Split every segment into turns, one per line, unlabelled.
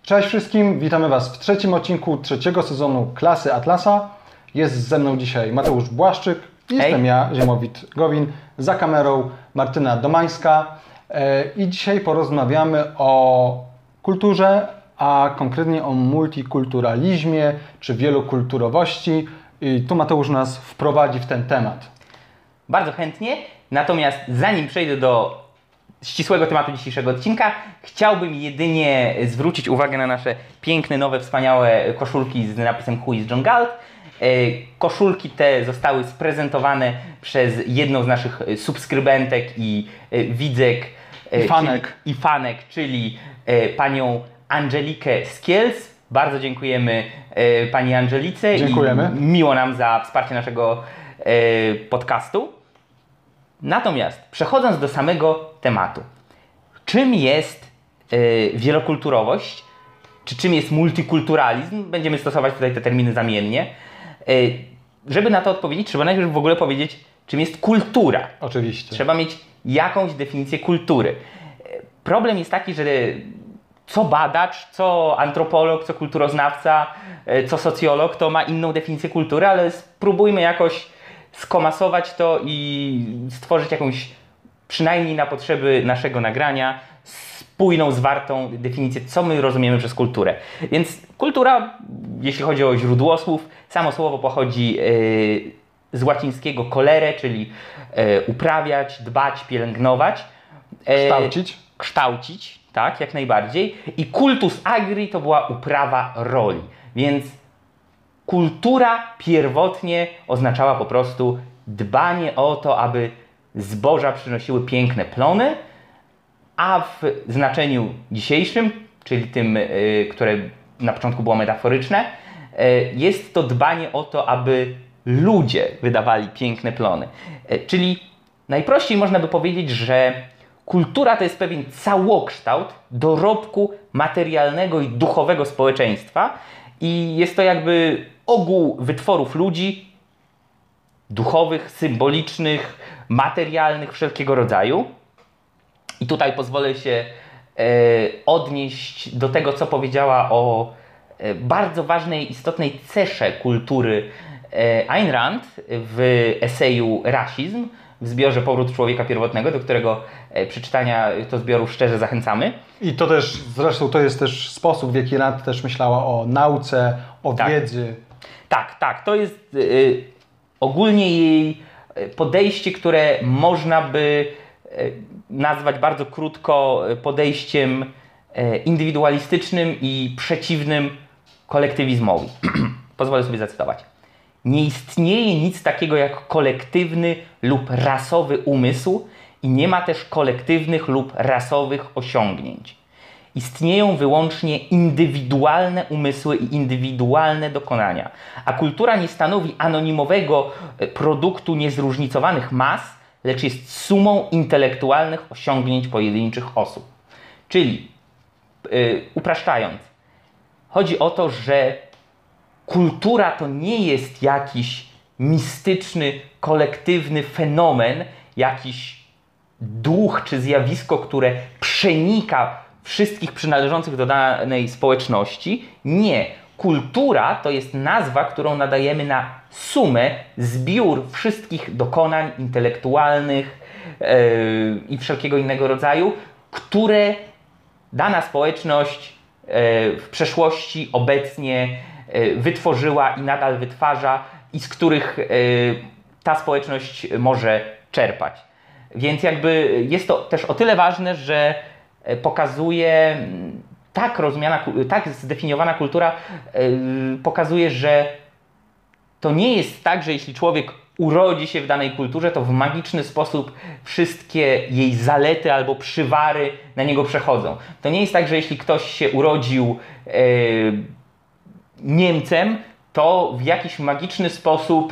Cześć wszystkim, witamy Was w trzecim odcinku trzeciego sezonu Klasy Atlasa. Jest ze mną dzisiaj Mateusz Błaszczyk, jestem ja, Ziemowit Gowin, za kamerą Martyna Domańska i dzisiaj porozmawiamy o kulturze, a konkretnie o multikulturalizmie czy wielokulturowości i tu Mateusz nas wprowadzi w ten temat.
Bardzo chętnie, natomiast zanim przejdę do ścisłego tematu dzisiejszego odcinka, chciałbym jedynie zwrócić uwagę na nasze piękne, nowe, wspaniałe koszulki z napisem Who is John Galt. Koszulki te zostały sprezentowane przez jedną z naszych subskrybentek i widzek i fanek, czyli panią Angelikę Skiels. Bardzo dziękujemy pani Angelice.
Dziękujemy.
I miło nam za wsparcie naszego podcastu. Natomiast przechodząc do samego tematu, czym jest wielokulturowość, czy czym jest multikulturalizm, będziemy stosować tutaj te terminy zamiennie. Żeby na to odpowiedzieć, trzeba najpierw w ogóle powiedzieć, czym jest kultura.
Oczywiście.
Trzeba mieć jakąś definicję kultury. Problem jest taki, że co badacz, co antropolog, co kulturoznawca, co socjolog, to ma inną definicję kultury, ale spróbujmy jakoś skomasować to i stworzyć jakąś, przynajmniej na potrzeby naszego nagrania, spójną, zwartą definicję, co my rozumiemy przez kulturę. Więc kultura, jeśli chodzi o źródło słów, samo słowo pochodzi z łacińskiego colere, czyli uprawiać, dbać, pielęgnować. Kształcić, tak, jak najbardziej. I cultus agri to była uprawa roli. Więc kultura pierwotnie oznaczała po prostu dbanie o to, aby zboża przynosiły piękne plony, a w znaczeniu dzisiejszym, czyli tym, które na początku było metaforyczne, jest to dbanie o to, aby ludzie wydawali piękne plony. Czyli najprościej można by powiedzieć, że kultura to jest pewien całokształt dorobku materialnego i duchowego społeczeństwa i jest to jakby ogół wytworów ludzi duchowych, symbolicznych, materialnych, wszelkiego rodzaju. I tutaj pozwolę się odnieść do tego, co powiedziała o bardzo ważnej, istotnej cesze kultury Ayn Rand w eseju Rasizm w zbiorze Powrót człowieka pierwotnego, do którego przeczytania to zbioru szczerze zachęcamy.
I to też, zresztą to jest też sposób, w jaki Rand też myślała o nauce, o wiedzy.
Tak. To jest ogólnie jej podejście, które można by nazwać bardzo krótko podejściem indywidualistycznym i przeciwnym kolektywizmowi. Pozwolę sobie zacytować. Nie istnieje nic takiego jak kolektywny lub rasowy umysł i nie ma też kolektywnych lub rasowych osiągnięć. Istnieją wyłącznie indywidualne umysły i indywidualne dokonania, a kultura nie stanowi anonimowego produktu niezróżnicowanych mas, lecz jest sumą intelektualnych osiągnięć pojedynczych osób. Czyli, upraszczając, chodzi o to, że kultura to nie jest jakiś mistyczny, kolektywny fenomen, jakiś duch czy zjawisko, które przenika wszystkich przynależących do danej społeczności. Nie. Kultura to jest nazwa, którą nadajemy na sumę, zbiór wszystkich dokonań intelektualnych i wszelkiego innego rodzaju, które dana społeczność w przeszłości obecnie wytworzyła i nadal wytwarza i z których ta społeczność może czerpać. Więc jakby jest to też o tyle ważne, że pokazuje, tak zdefiniowana kultura pokazuje, że to nie jest tak, że jeśli człowiek urodzi się w danej kulturze, to w magiczny sposób wszystkie jej zalety albo przywary na niego przechodzą. To nie jest tak, że jeśli ktoś się urodził Niemcem, to w jakiś magiczny sposób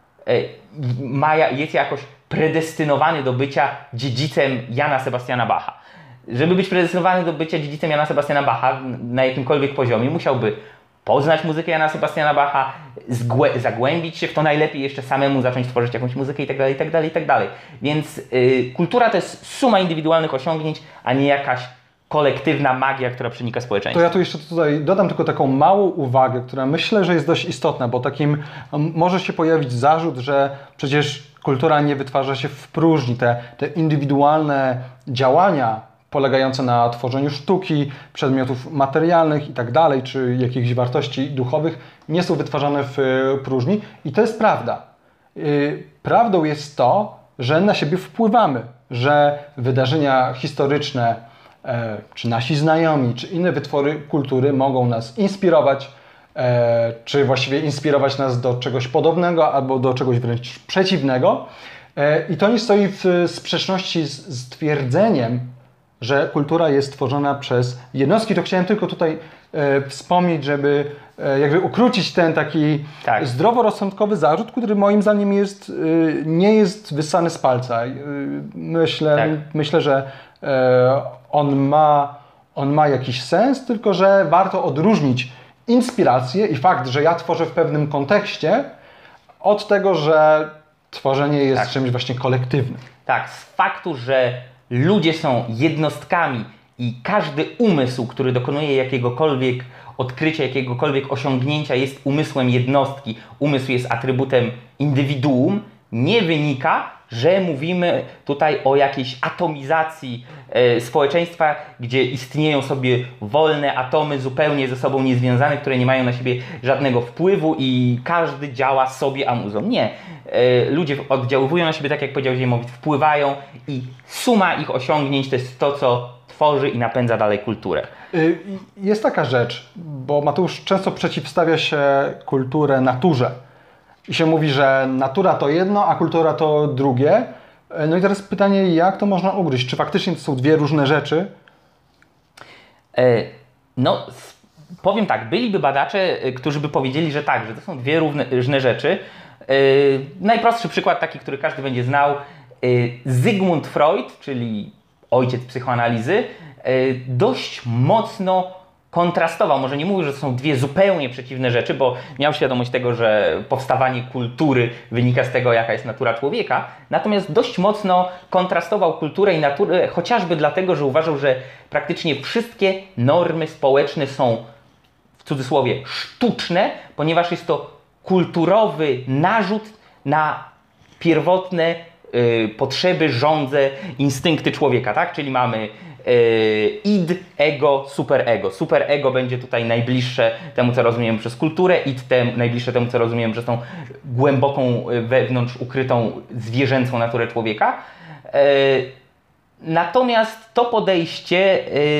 jest jakoś predestynowany do bycia dziedzicem Jana Sebastiana Bacha. Żeby być predestynowany do bycia dziedzicem Jana Sebastiana Bacha na jakimkolwiek poziomie, musiałby poznać muzykę Jana Sebastiana Bacha, zagłębić się w to, najlepiej jeszcze samemu zacząć tworzyć jakąś muzykę itd., itd., itd. Więc kultura to jest suma indywidualnych osiągnięć, a nie jakaś kolektywna magia, która przenika
To
społeczeństwo.
ja tu jeszcze tutaj dodam tylko taką małą uwagę, która myślę, że jest dość istotna, bo takim może się pojawić zarzut, że przecież kultura nie wytwarza się w próżni. Te indywidualne działania polegające na tworzeniu sztuki, przedmiotów materialnych i tak dalej, czy jakichś wartości duchowych nie są wytwarzane w próżni. I to jest prawda. Prawdą jest to, że na siebie wpływamy, że wydarzenia historyczne, czy nasi znajomi, czy inne wytwory kultury mogą nas inspirować, czy właściwie inspirować nas do czegoś podobnego albo do czegoś wręcz przeciwnego. I to nie stoi w sprzeczności z twierdzeniem, że kultura jest tworzona przez jednostki. To chciałem tylko tutaj wspomnieć, żeby jakby ukrócić ten taki zdroworozsądkowy zarzut, który moim zdaniem nie jest wyssany z palca. Myślę, że on ma jakiś sens, tylko że warto odróżnić inspirację i fakt, że ja tworzę w pewnym kontekście, od tego, że tworzenie jest czymś właśnie kolektywnym.
Tak, z faktu, że ludzie są jednostkami i każdy umysł, który dokonuje jakiegokolwiek odkrycia, jakiegokolwiek osiągnięcia, jest umysłem jednostki, umysł jest atrybutem indywiduum, nie wynika, że mówimy tutaj o jakiejś atomizacji społeczeństwa, gdzie istnieją sobie wolne atomy zupełnie ze sobą niezwiązane, które nie mają na siebie żadnego wpływu i każdy działa sobie amuzą. Nie. Ludzie oddziaływują na siebie, tak jak powiedział Ziemowit, wpływają i suma ich osiągnięć to jest to, co tworzy i napędza dalej kulturę.
Jest taka rzecz, bo Mateusz często przeciwstawia się kulturę naturze. I się mówi, że natura to jedno, a kultura to drugie. No i teraz pytanie, jak to można ugryźć? Czy faktycznie to są dwie różne rzeczy?
No, powiem tak, byliby badacze, którzy by powiedzieli, że tak, że to są dwie różne rzeczy. Najprostszy przykład, taki, który każdy będzie znał, Sigmund Freud, czyli ojciec psychoanalizy, dość mocno kontrastował, może nie mówił, że to są dwie zupełnie przeciwne rzeczy, bo miał świadomość tego, że powstawanie kultury wynika z tego, jaka jest natura człowieka, natomiast dość mocno kontrastował kulturę i naturę, chociażby dlatego, że uważał, że praktycznie wszystkie normy społeczne są, w cudzysłowie, sztuczne, ponieważ jest to kulturowy narzut na pierwotne potrzeby, żądze, instynkty człowieka, tak? Czyli mamy id, ego, superego. Superego będzie tutaj najbliższe temu, co rozumiemy przez kulturę, id najbliższe temu, co rozumiemy przez tą głęboką, wewnątrz ukrytą, zwierzęcą naturę człowieka. Natomiast to podejście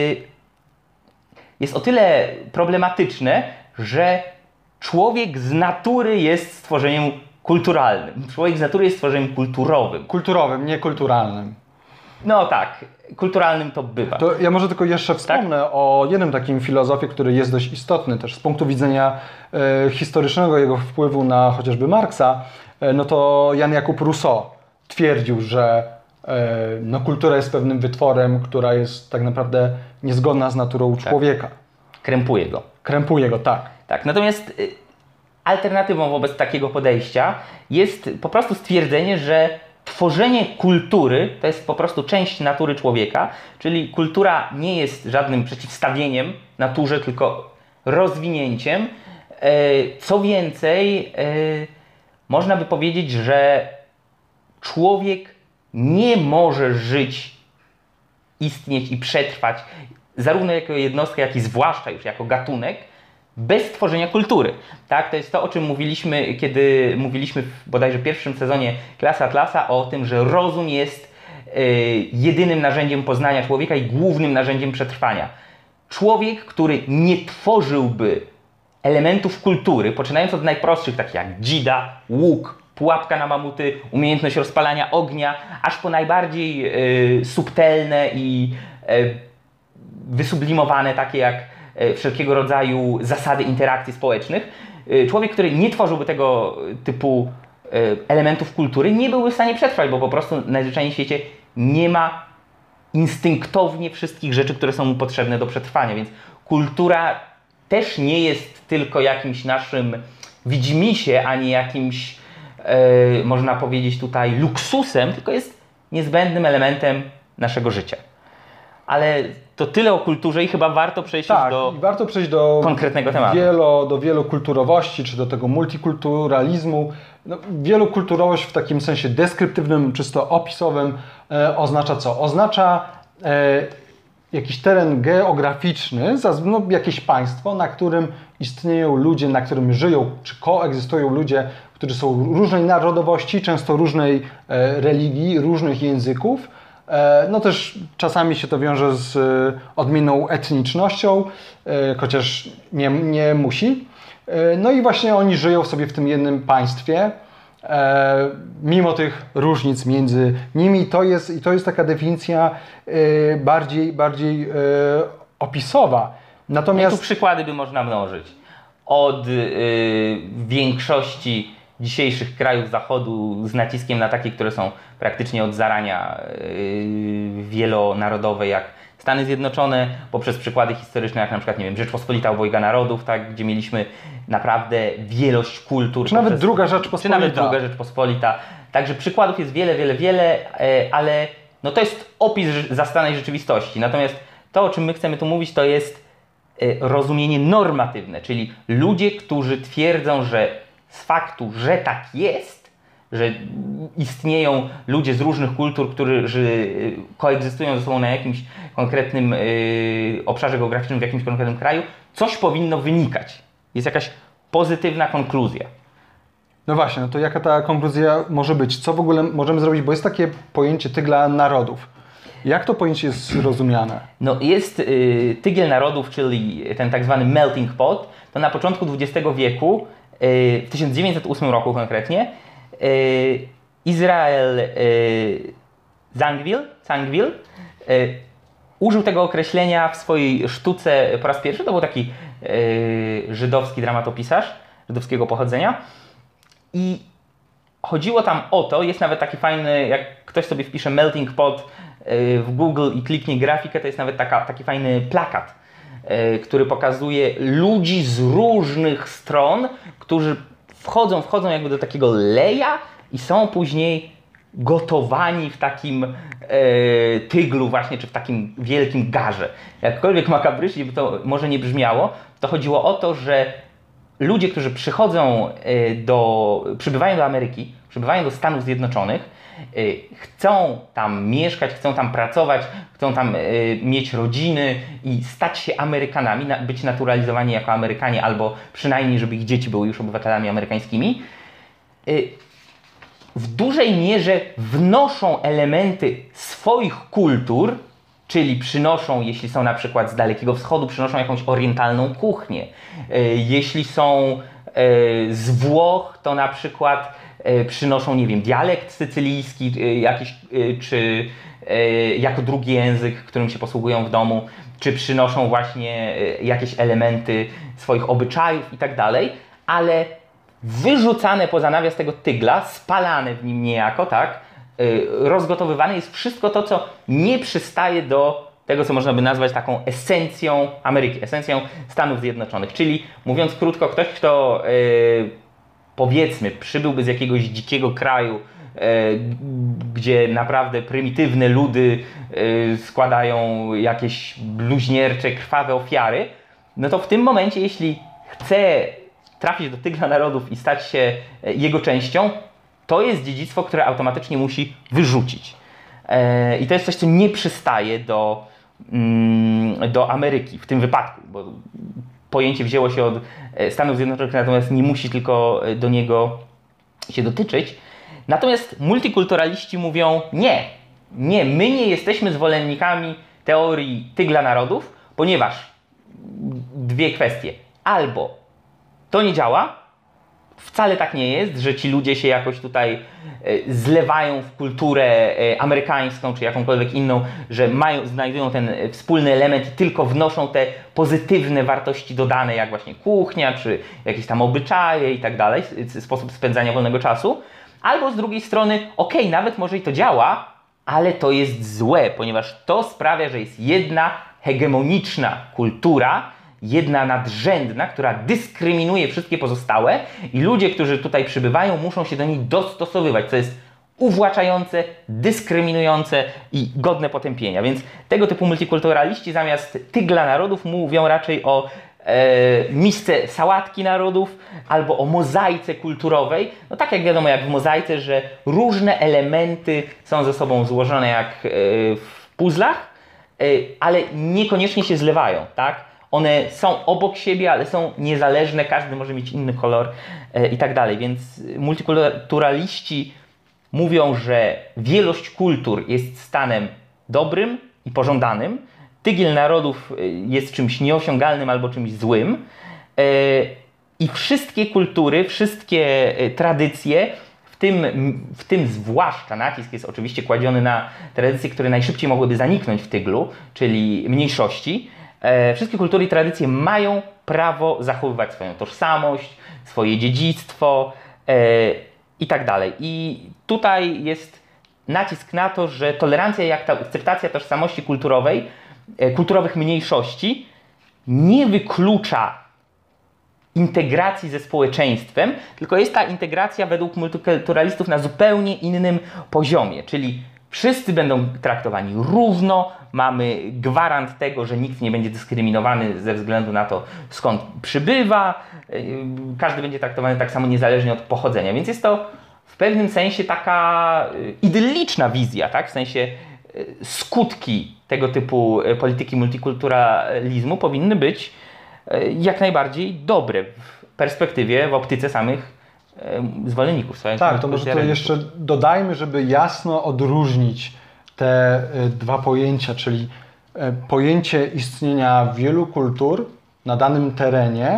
jest o tyle problematyczne, że człowiek z natury jest stworzeniem kulturalnym. Człowiek z natury jest stworzeniem kulturowym.
Kulturowym, nie kulturalnym.
No tak, kulturalnym to bywa.
To ja może tylko jeszcze wspomnę o jednym takim filozofie, który jest dość istotny też z punktu widzenia historycznego, jego wpływu na chociażby Marksa. No to Jan Jakub Rousseau twierdził, że kultura jest pewnym wytworem, która jest tak naprawdę niezgodna z naturą człowieka.
Krępuje go.
Krępuje go, tak.
Tak, natomiast alternatywą wobec takiego podejścia jest po prostu stwierdzenie, że tworzenie kultury to jest po prostu część natury człowieka, czyli kultura nie jest żadnym przeciwstawieniem naturze, tylko rozwinięciem. Co więcej, można by powiedzieć, że człowiek nie może żyć, istnieć i przetrwać zarówno jako jednostka, jak i zwłaszcza już jako gatunek, bez tworzenia kultury. Tak? To jest to, o czym mówiliśmy, kiedy mówiliśmy w bodajże pierwszym sezonie Klasy Atlasa o tym, że rozum jest jedynym narzędziem poznania człowieka i głównym narzędziem przetrwania. Człowiek, który nie tworzyłby elementów kultury, poczynając od najprostszych, takich jak dzida, łuk, pułapka na mamuty, umiejętność rozpalania ognia, aż po najbardziej subtelne i wysublimowane, takie jak wszelkiego rodzaju zasady interakcji społecznych. Człowiek, który nie tworzyłby tego typu elementów kultury, nie byłby w stanie przetrwać, bo po prostu najzwyczajniej w świecie nie ma instynktownie wszystkich rzeczy, które są mu potrzebne do przetrwania, więc kultura też nie jest tylko jakimś naszym widzimisię, ani jakimś, można powiedzieć tutaj, luksusem, tylko jest niezbędnym elementem naszego życia. ale to tyle o kulturze i chyba warto przejść już
Tak,
do
i warto przejść do
konkretnego tematu.
do wielokulturowości, czy do tego multikulturalizmu. No, wielokulturowość w takim sensie deskryptywnym, czysto opisowym oznacza co? Oznacza jakiś teren geograficzny, no, jakieś państwo, na którym istnieją ludzie, na którym żyją, czy koegzystują ludzie, którzy są różnej narodowości, często różnej religii, różnych języków. No też czasami się to wiąże z odmienną etnicznością, chociaż nie musi. No i właśnie oni żyją sobie w tym jednym państwie, mimo tych różnic między nimi. To jest taka definicja bardziej opisowa.
No i
Natomiast
tu przykłady by można mnożyć. Od większości dzisiejszych krajów Zachodu z naciskiem na takie, które są praktycznie od zarania wielonarodowe, jak Stany Zjednoczone, poprzez przykłady historyczne, jak na przykład, nie wiem, Rzeczpospolita Obojga Narodów, tak, gdzie mieliśmy naprawdę wielość kultur.
czy nawet Druga Rzeczpospolita.
Czy nawet Druga Rzeczpospolita. Także przykładów jest wiele, ale no to jest opis zastanej rzeczywistości. Natomiast to, o czym my chcemy tu mówić, to jest rozumienie normatywne, czyli ludzie, którzy twierdzą, że z faktu, że tak jest, że istnieją ludzie z różnych kultur, którzy koegzystują ze sobą na jakimś konkretnym obszarze geograficznym, w jakimś konkretnym kraju, coś powinno wynikać. Jest jakaś pozytywna konkluzja.
No właśnie, no to jaka ta konkluzja może być? Co w ogóle możemy zrobić? Bo jest takie pojęcie tygla narodów. Jak to pojęcie jest rozumiane?
No jest tygiel narodów, czyli ten tak zwany melting pot, to na początku XX wieku, w 1908 roku konkretnie, Israel Zangwill użył tego określenia w swojej sztuce po raz pierwszy. To był taki żydowski dramatopisarz, żydowskiego pochodzenia. I chodziło tam o to, jest nawet taki fajny, jak ktoś sobie wpisze melting pot w Google i kliknie grafikę, to jest nawet taki fajny plakat, który pokazuje ludzi z różnych stron, którzy wchodzą jakby do takiego leja i są później gotowani w takim tyglu właśnie, czy w takim wielkim garze. Jakkolwiek makabrycznie by to może nie brzmiało, to chodziło o to, że ludzie, którzy przybywają do Ameryki, przybywają do Stanów Zjednoczonych, chcą tam mieszkać, chcą tam pracować, chcą tam mieć rodziny i stać się Amerykanami, być naturalizowani jako Amerykanie, albo przynajmniej, żeby ich dzieci były już obywatelami amerykańskimi, w dużej mierze wnoszą elementy swoich kultur, czyli przynoszą, jeśli są na przykład z Dalekiego Wschodu, przynoszą jakąś orientalną kuchnię. Jeśli są z Włoch, to na przykład przynoszą, nie wiem, dialekt sycylijski jakiś, czy jako drugi język, którym się posługują w domu, czy przynoszą właśnie jakieś elementy swoich obyczajów i tak dalej, ale wyrzucane poza nawias tego tygla, spalane w nim niejako, tak, rozgotowywane jest wszystko to, co nie przystaje do tego, co można by nazwać taką esencją Ameryki, esencją Stanów Zjednoczonych. Czyli mówiąc krótko, ktoś, kto powiedzmy przybyłby z jakiegoś dzikiego kraju, gdzie naprawdę prymitywne ludy składają jakieś bluźniercze, krwawe ofiary, no to w tym momencie, jeśli chce trafić do tygla narodów i stać się jego częścią, to jest dziedzictwo, które automatycznie musi wyrzucić. I to jest coś, co nie przystaje do Ameryki w tym wypadku, bo pojęcie wzięło się od Stanów Zjednoczonych, natomiast nie musi tylko do niego się dotyczyć. Natomiast multikulturaliści mówią nie, my nie jesteśmy zwolennikami teorii tygla narodów, ponieważ dwie kwestie. Albo to nie działa, wcale tak nie jest, że ci ludzie się jakoś tutaj zlewają w kulturę amerykańską czy jakąkolwiek inną, że znajdują ten wspólny element i tylko wnoszą te pozytywne wartości dodane, jak właśnie kuchnia, czy jakieś tam obyczaje i tak dalej, sposób spędzania wolnego czasu. Albo z drugiej strony, okej, nawet może i to działa, ale to jest złe, ponieważ to sprawia, że jest jedna hegemoniczna kultura, jedna nadrzędna, która dyskryminuje wszystkie pozostałe i ludzie, którzy tutaj przybywają, muszą się do niej dostosowywać, co jest uwłaczające, dyskryminujące i godne potępienia. Więc tego typu multikulturaliści zamiast tygla narodów mówią raczej o misce sałatki narodów albo o mozaice kulturowej. No tak jak wiadomo, jak w mozaice, że różne elementy są ze sobą złożone jak w puzzlach, ale niekoniecznie się zlewają, tak? One są obok siebie, ale są niezależne, każdy może mieć inny kolor i tak dalej. Więc multikulturaliści mówią, że wielość kultur jest stanem dobrym i pożądanym. Tygiel narodów jest czymś nieosiągalnym albo czymś złym. I wszystkie kultury, wszystkie tradycje, w tym zwłaszcza nacisk jest oczywiście kładziony na tradycje, które najszybciej mogłyby zaniknąć w tyglu, czyli mniejszości. Wszystkie kultury i tradycje mają prawo zachowywać swoją tożsamość, swoje dziedzictwo i tak dalej. I tutaj jest nacisk na to, że tolerancja i akceptacja tożsamości kulturowej, kulturowych mniejszości nie wyklucza integracji ze społeczeństwem, tylko jest ta integracja według multikulturalistów na zupełnie innym poziomie, czyli wszyscy będą traktowani równo, mamy gwarant tego, że nikt nie będzie dyskryminowany ze względu na to, skąd przybywa, każdy będzie traktowany tak samo niezależnie od pochodzenia, więc jest to w pewnym sensie taka idylliczna wizja, tak? W sensie skutki tego typu polityki multikulturalizmu powinny być jak najbardziej dobre w perspektywie, w optyce samych zwolenników.
Tak, to może to jeszcze dodajmy, żeby jasno odróżnić te dwa pojęcia, czyli pojęcie istnienia wielu kultur na danym terenie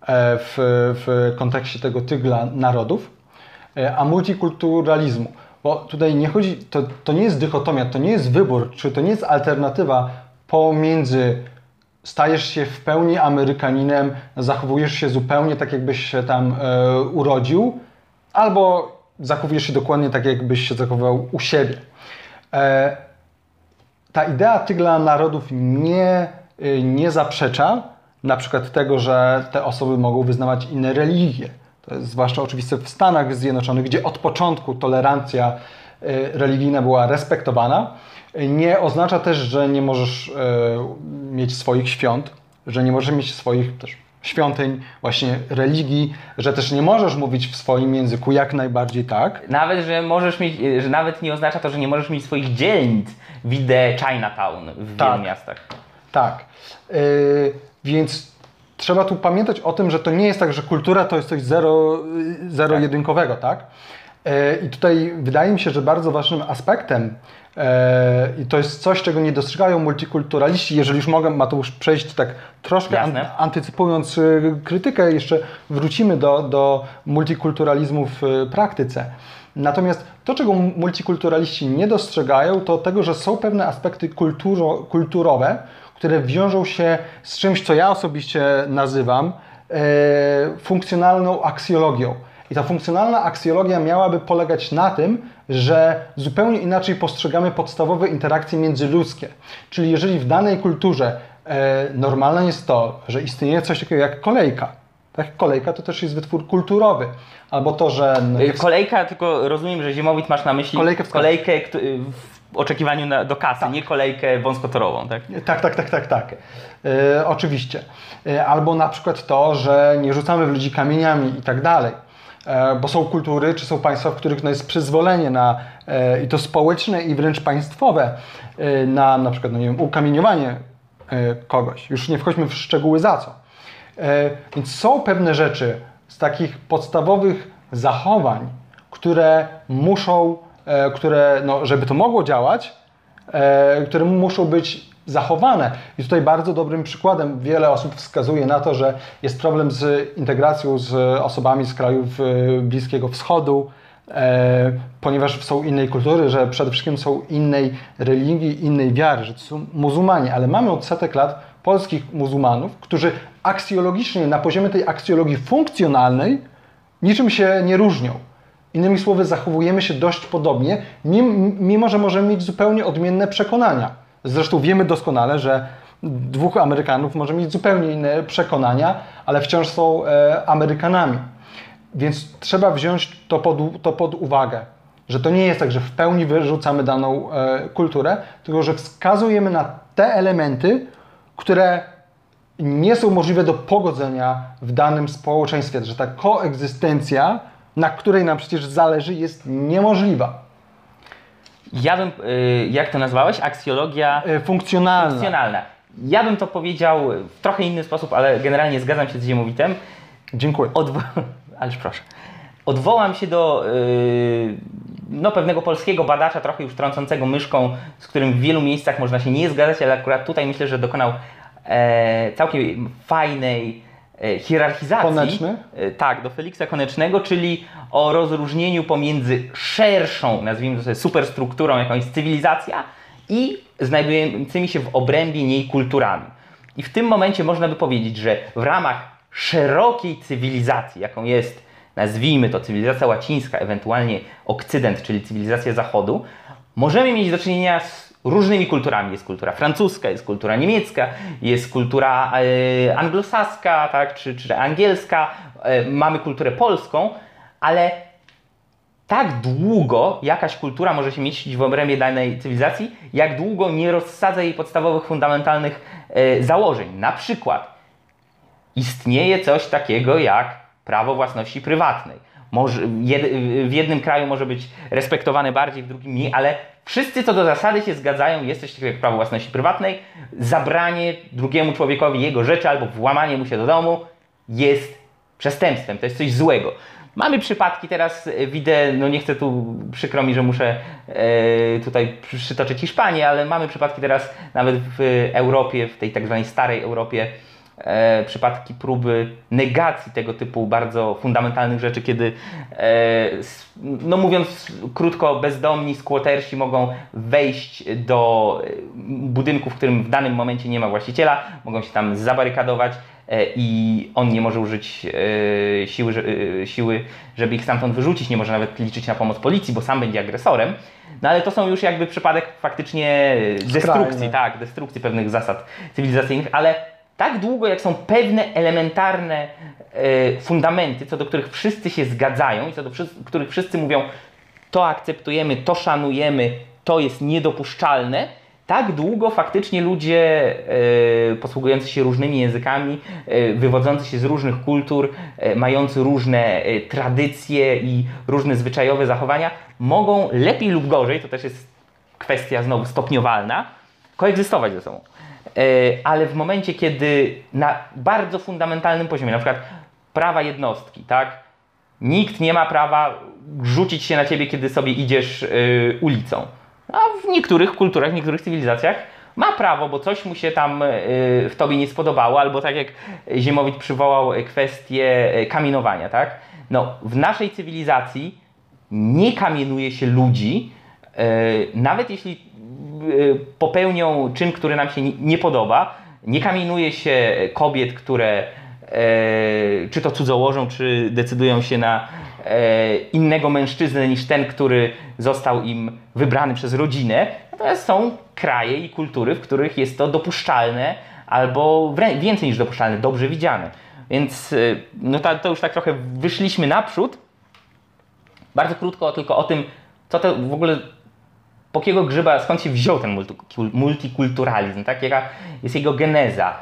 w kontekście tego tygla narodów, a multikulturalizmu. Bo tutaj nie chodzi, to nie jest dychotomia, to nie jest wybór, czy to nie jest alternatywa pomiędzy stajesz się w pełni Amerykaninem, zachowujesz się zupełnie tak, jakbyś się tam urodził, albo zachowujesz się dokładnie tak, jakbyś się zachowywał u siebie. Ta idea tygla narodów nie zaprzecza na przykład tego, że te osoby mogą wyznawać inne religie. To jest zwłaszcza oczywiste w Stanach Zjednoczonych, gdzie od początku tolerancja religijna była respektowana. Nie oznacza też, że nie możesz mieć swoich świąt, że nie możesz mieć swoich też świątyń, właśnie religii, że też nie możesz mówić w swoim języku, jak najbardziej tak.
Nawet, że możesz mieć, że nawet nie oznacza to, że nie możesz mieć swoich dzielnic, widzę Chinatown w wielu miastach.
Tak, więc trzeba tu pamiętać o tym, że to nie jest tak, że kultura to jest coś zero-jedynkowego, tak? I tutaj wydaje mi się, że bardzo ważnym aspektem i to jest coś, czego nie dostrzegają multikulturaliści. Jeżeli już mogę, Mateusz, przejść tak troszkę antycypując krytykę, jeszcze wrócimy do multikulturalizmu w praktyce. Natomiast to, czego multikulturaliści nie dostrzegają, to tego, że są pewne aspekty kulturowe, które wiążą się z czymś, co ja osobiście nazywam funkcjonalną aksjologią. I ta funkcjonalna aksjologia miałaby polegać na tym, że zupełnie inaczej postrzegamy podstawowe interakcje międzyludzkie. Czyli jeżeli w danej kulturze normalne jest to, że istnieje coś takiego jak kolejka, tak? Kolejka to też jest wytwór kulturowy. Albo to, że...
Kolejka, tylko rozumiem, że Ziemowit masz na myśli kolejkę w oczekiwaniu do kasy, nie kolejkę wąskotorową, tak?
Tak. Oczywiście. Albo na przykład to, że nie rzucamy w ludzi kamieniami i tak dalej. Bo są kultury, czy są państwa, w których jest przyzwolenie na, i to społeczne, i wręcz państwowe, na przykład, nie wiem, ukamieniowanie kogoś. Już nie wchodźmy w szczegóły za co. Więc są pewne rzeczy z takich podstawowych zachowań, które muszą, żeby to mogło działać, które muszą być zachowane. I tutaj bardzo dobrym przykładem wiele osób wskazuje na to, że jest problem z integracją z osobami z krajów Bliskiego Wschodu, ponieważ są innej kultury, że przede wszystkim są innej religii, innej wiary, że to są muzułmanie, ale mamy od setek lat polskich muzułmanów, którzy aksjologicznie, na poziomie tej aksjologii funkcjonalnej niczym się nie różnią. Innymi słowy, zachowujemy się dość podobnie, mimo że możemy mieć zupełnie odmienne przekonania. Zresztą wiemy doskonale, że dwóch Amerykanów może mieć zupełnie inne przekonania, ale wciąż są Amerykanami. Więc trzeba wziąć to pod uwagę, Że to nie jest tak, że w pełni wyrzucamy daną kulturę, tylko że wskazujemy na te elementy, które nie są możliwe do pogodzenia w danym społeczeństwie, że ta koegzystencja, na której nam przecież zależy, jest niemożliwa.
Ja bym, jak to nazwałeś? Aksjologia
Funkcjonalna.
Ja bym to powiedział w trochę inny sposób, ale generalnie zgadzam się z Ziemowitem.
Dziękuję.
Ależ proszę. Odwołam się do pewnego polskiego badacza, trochę już trącącego myszką, z którym w wielu miejscach można się nie zgadzać, ale akurat tutaj myślę, że dokonał całkiem fajnej hierarchizacji.
Koneczny?
Tak, do Feliksa Konecznego, czyli o rozróżnieniu pomiędzy szerszą, nazwijmy to sobie superstrukturą, jakąś cywilizacja i znajdującymi się w obrębie niej kulturami. I w tym momencie można by powiedzieć, że w ramach szerokiej cywilizacji, jaką jest, nazwijmy to, cywilizacja łacińska, ewentualnie Okcydent, czyli cywilizacja Zachodu, możemy mieć do czynienia z różnymi kulturami. Jest kultura francuska, jest kultura niemiecka, jest kultura anglosaska, tak, czy angielska, mamy kulturę polską, ale tak długo jakaś kultura może się mieścić w obrębie danej cywilizacji, jak długo nie rozsadza jej podstawowych, fundamentalnych założeń. Na przykład istnieje coś takiego jak prawo własności prywatnej. W jednym kraju może być respektowane bardziej, w drugim mniej, ale wszyscy co do zasady się zgadzają, jest coś takiego jak prawo własności prywatnej, zabranie drugiemu człowiekowi jego rzeczy albo włamanie mu się do domu jest przestępstwem, to jest coś złego. Mamy przypadki teraz, widzę, no nie chcę tu, przykro mi, że muszę tutaj przytoczyć Hiszpanię, ale mamy przypadki teraz nawet w Europie, w tej tak zwanej starej Europie, przypadki próby negacji tego typu bardzo fundamentalnych rzeczy, kiedy, no mówiąc krótko, bezdomni squattersi mogą wejść do budynku, w którym w danym momencie nie ma właściciela, mogą się tam zabarykadować i on nie może użyć siły, żeby ich stamtąd wyrzucić, nie może nawet liczyć na pomoc policji, bo sam będzie agresorem. No ale to są już jakby przypadek faktycznie destrukcji, tak, destrukcji pewnych zasad cywilizacyjnych, ale tak długo jak są pewne elementarne fundamenty, co do których wszyscy się zgadzają i co do których wszyscy mówią, to akceptujemy, to szanujemy, to jest niedopuszczalne, tak długo faktycznie ludzie posługujący się różnymi językami, wywodzący się z różnych kultur, mający różne tradycje i różne zwyczajowe zachowania, mogą lepiej lub gorzej, to też jest kwestia znowu stopniowalna, koegzystować ze sobą. Ale w momencie, kiedy na bardzo fundamentalnym poziomie, na przykład prawa jednostki, tak? Nikt nie ma prawa rzucić się na ciebie, kiedy sobie idziesz ulicą. A w niektórych kulturach, w niektórych cywilizacjach ma prawo, bo coś mu się tam w tobie nie spodobało, albo tak jak Ziemowit przywołał kwestię kamienowania, tak? No, w naszej cywilizacji nie kamienuje się ludzi, nawet jeśli popełnią czyn, który nam się nie podoba, nie kamienuje się kobiet, które czy to cudzołożą, czy decydują się na innego mężczyznę niż ten, który został im wybrany przez rodzinę. Natomiast są kraje i kultury, w których jest to dopuszczalne albo więcej niż dopuszczalne, dobrze widziane. Więc no to już tak trochę wyszliśmy naprzód. Bardzo krótko tylko o tym, co to w ogóle, po jakiego grzyba, skąd się wziął ten multikulturalizm, tak? Jaka jest jego geneza.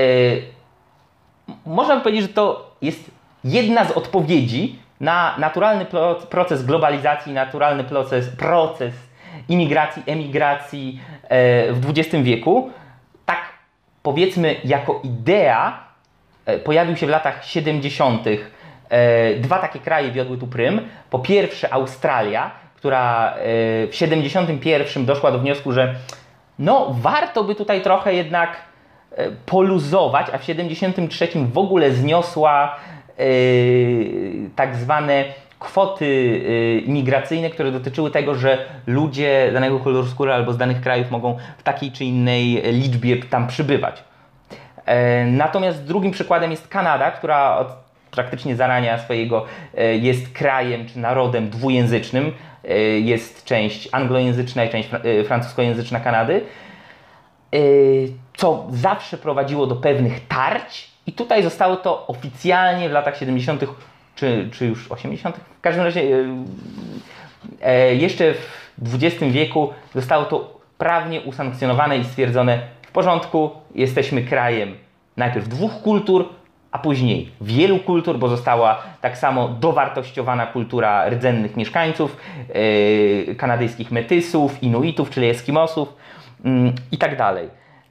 Można by powiedzieć, że to jest jedna z odpowiedzi na naturalny proces globalizacji, naturalny proces imigracji, emigracji w XX wieku. Tak powiedzmy, jako idea pojawił się w latach 70. Dwa takie kraje wiodły tu prym. Po pierwsze Australia, która w 71 doszła do wniosku, że no warto by tutaj trochę jednak poluzować, a w 73 w ogóle zniosła tak zwane kwoty imigracyjne, które dotyczyły tego, że ludzie danego koloru skóry albo z danych krajów mogą w takiej czy innej liczbie tam przybywać. Natomiast drugim przykładem jest Kanada, która od praktycznie zarania swojego jest krajem czy narodem dwujęzycznym. Jest część anglojęzyczna i część francuskojęzyczna Kanady, co zawsze prowadziło do pewnych tarć i tutaj zostało to oficjalnie w latach 70. czy już 80. w każdym razie jeszcze w XX wieku zostało to prawnie usankcjonowane i stwierdzone w porządku, jesteśmy krajem najpierw 2 kultur, a później wielu kultur, bo została tak samo dowartościowana kultura rdzennych mieszkańców, kanadyjskich metysów, Inuitów, czyli Eskimosów i tak dalej.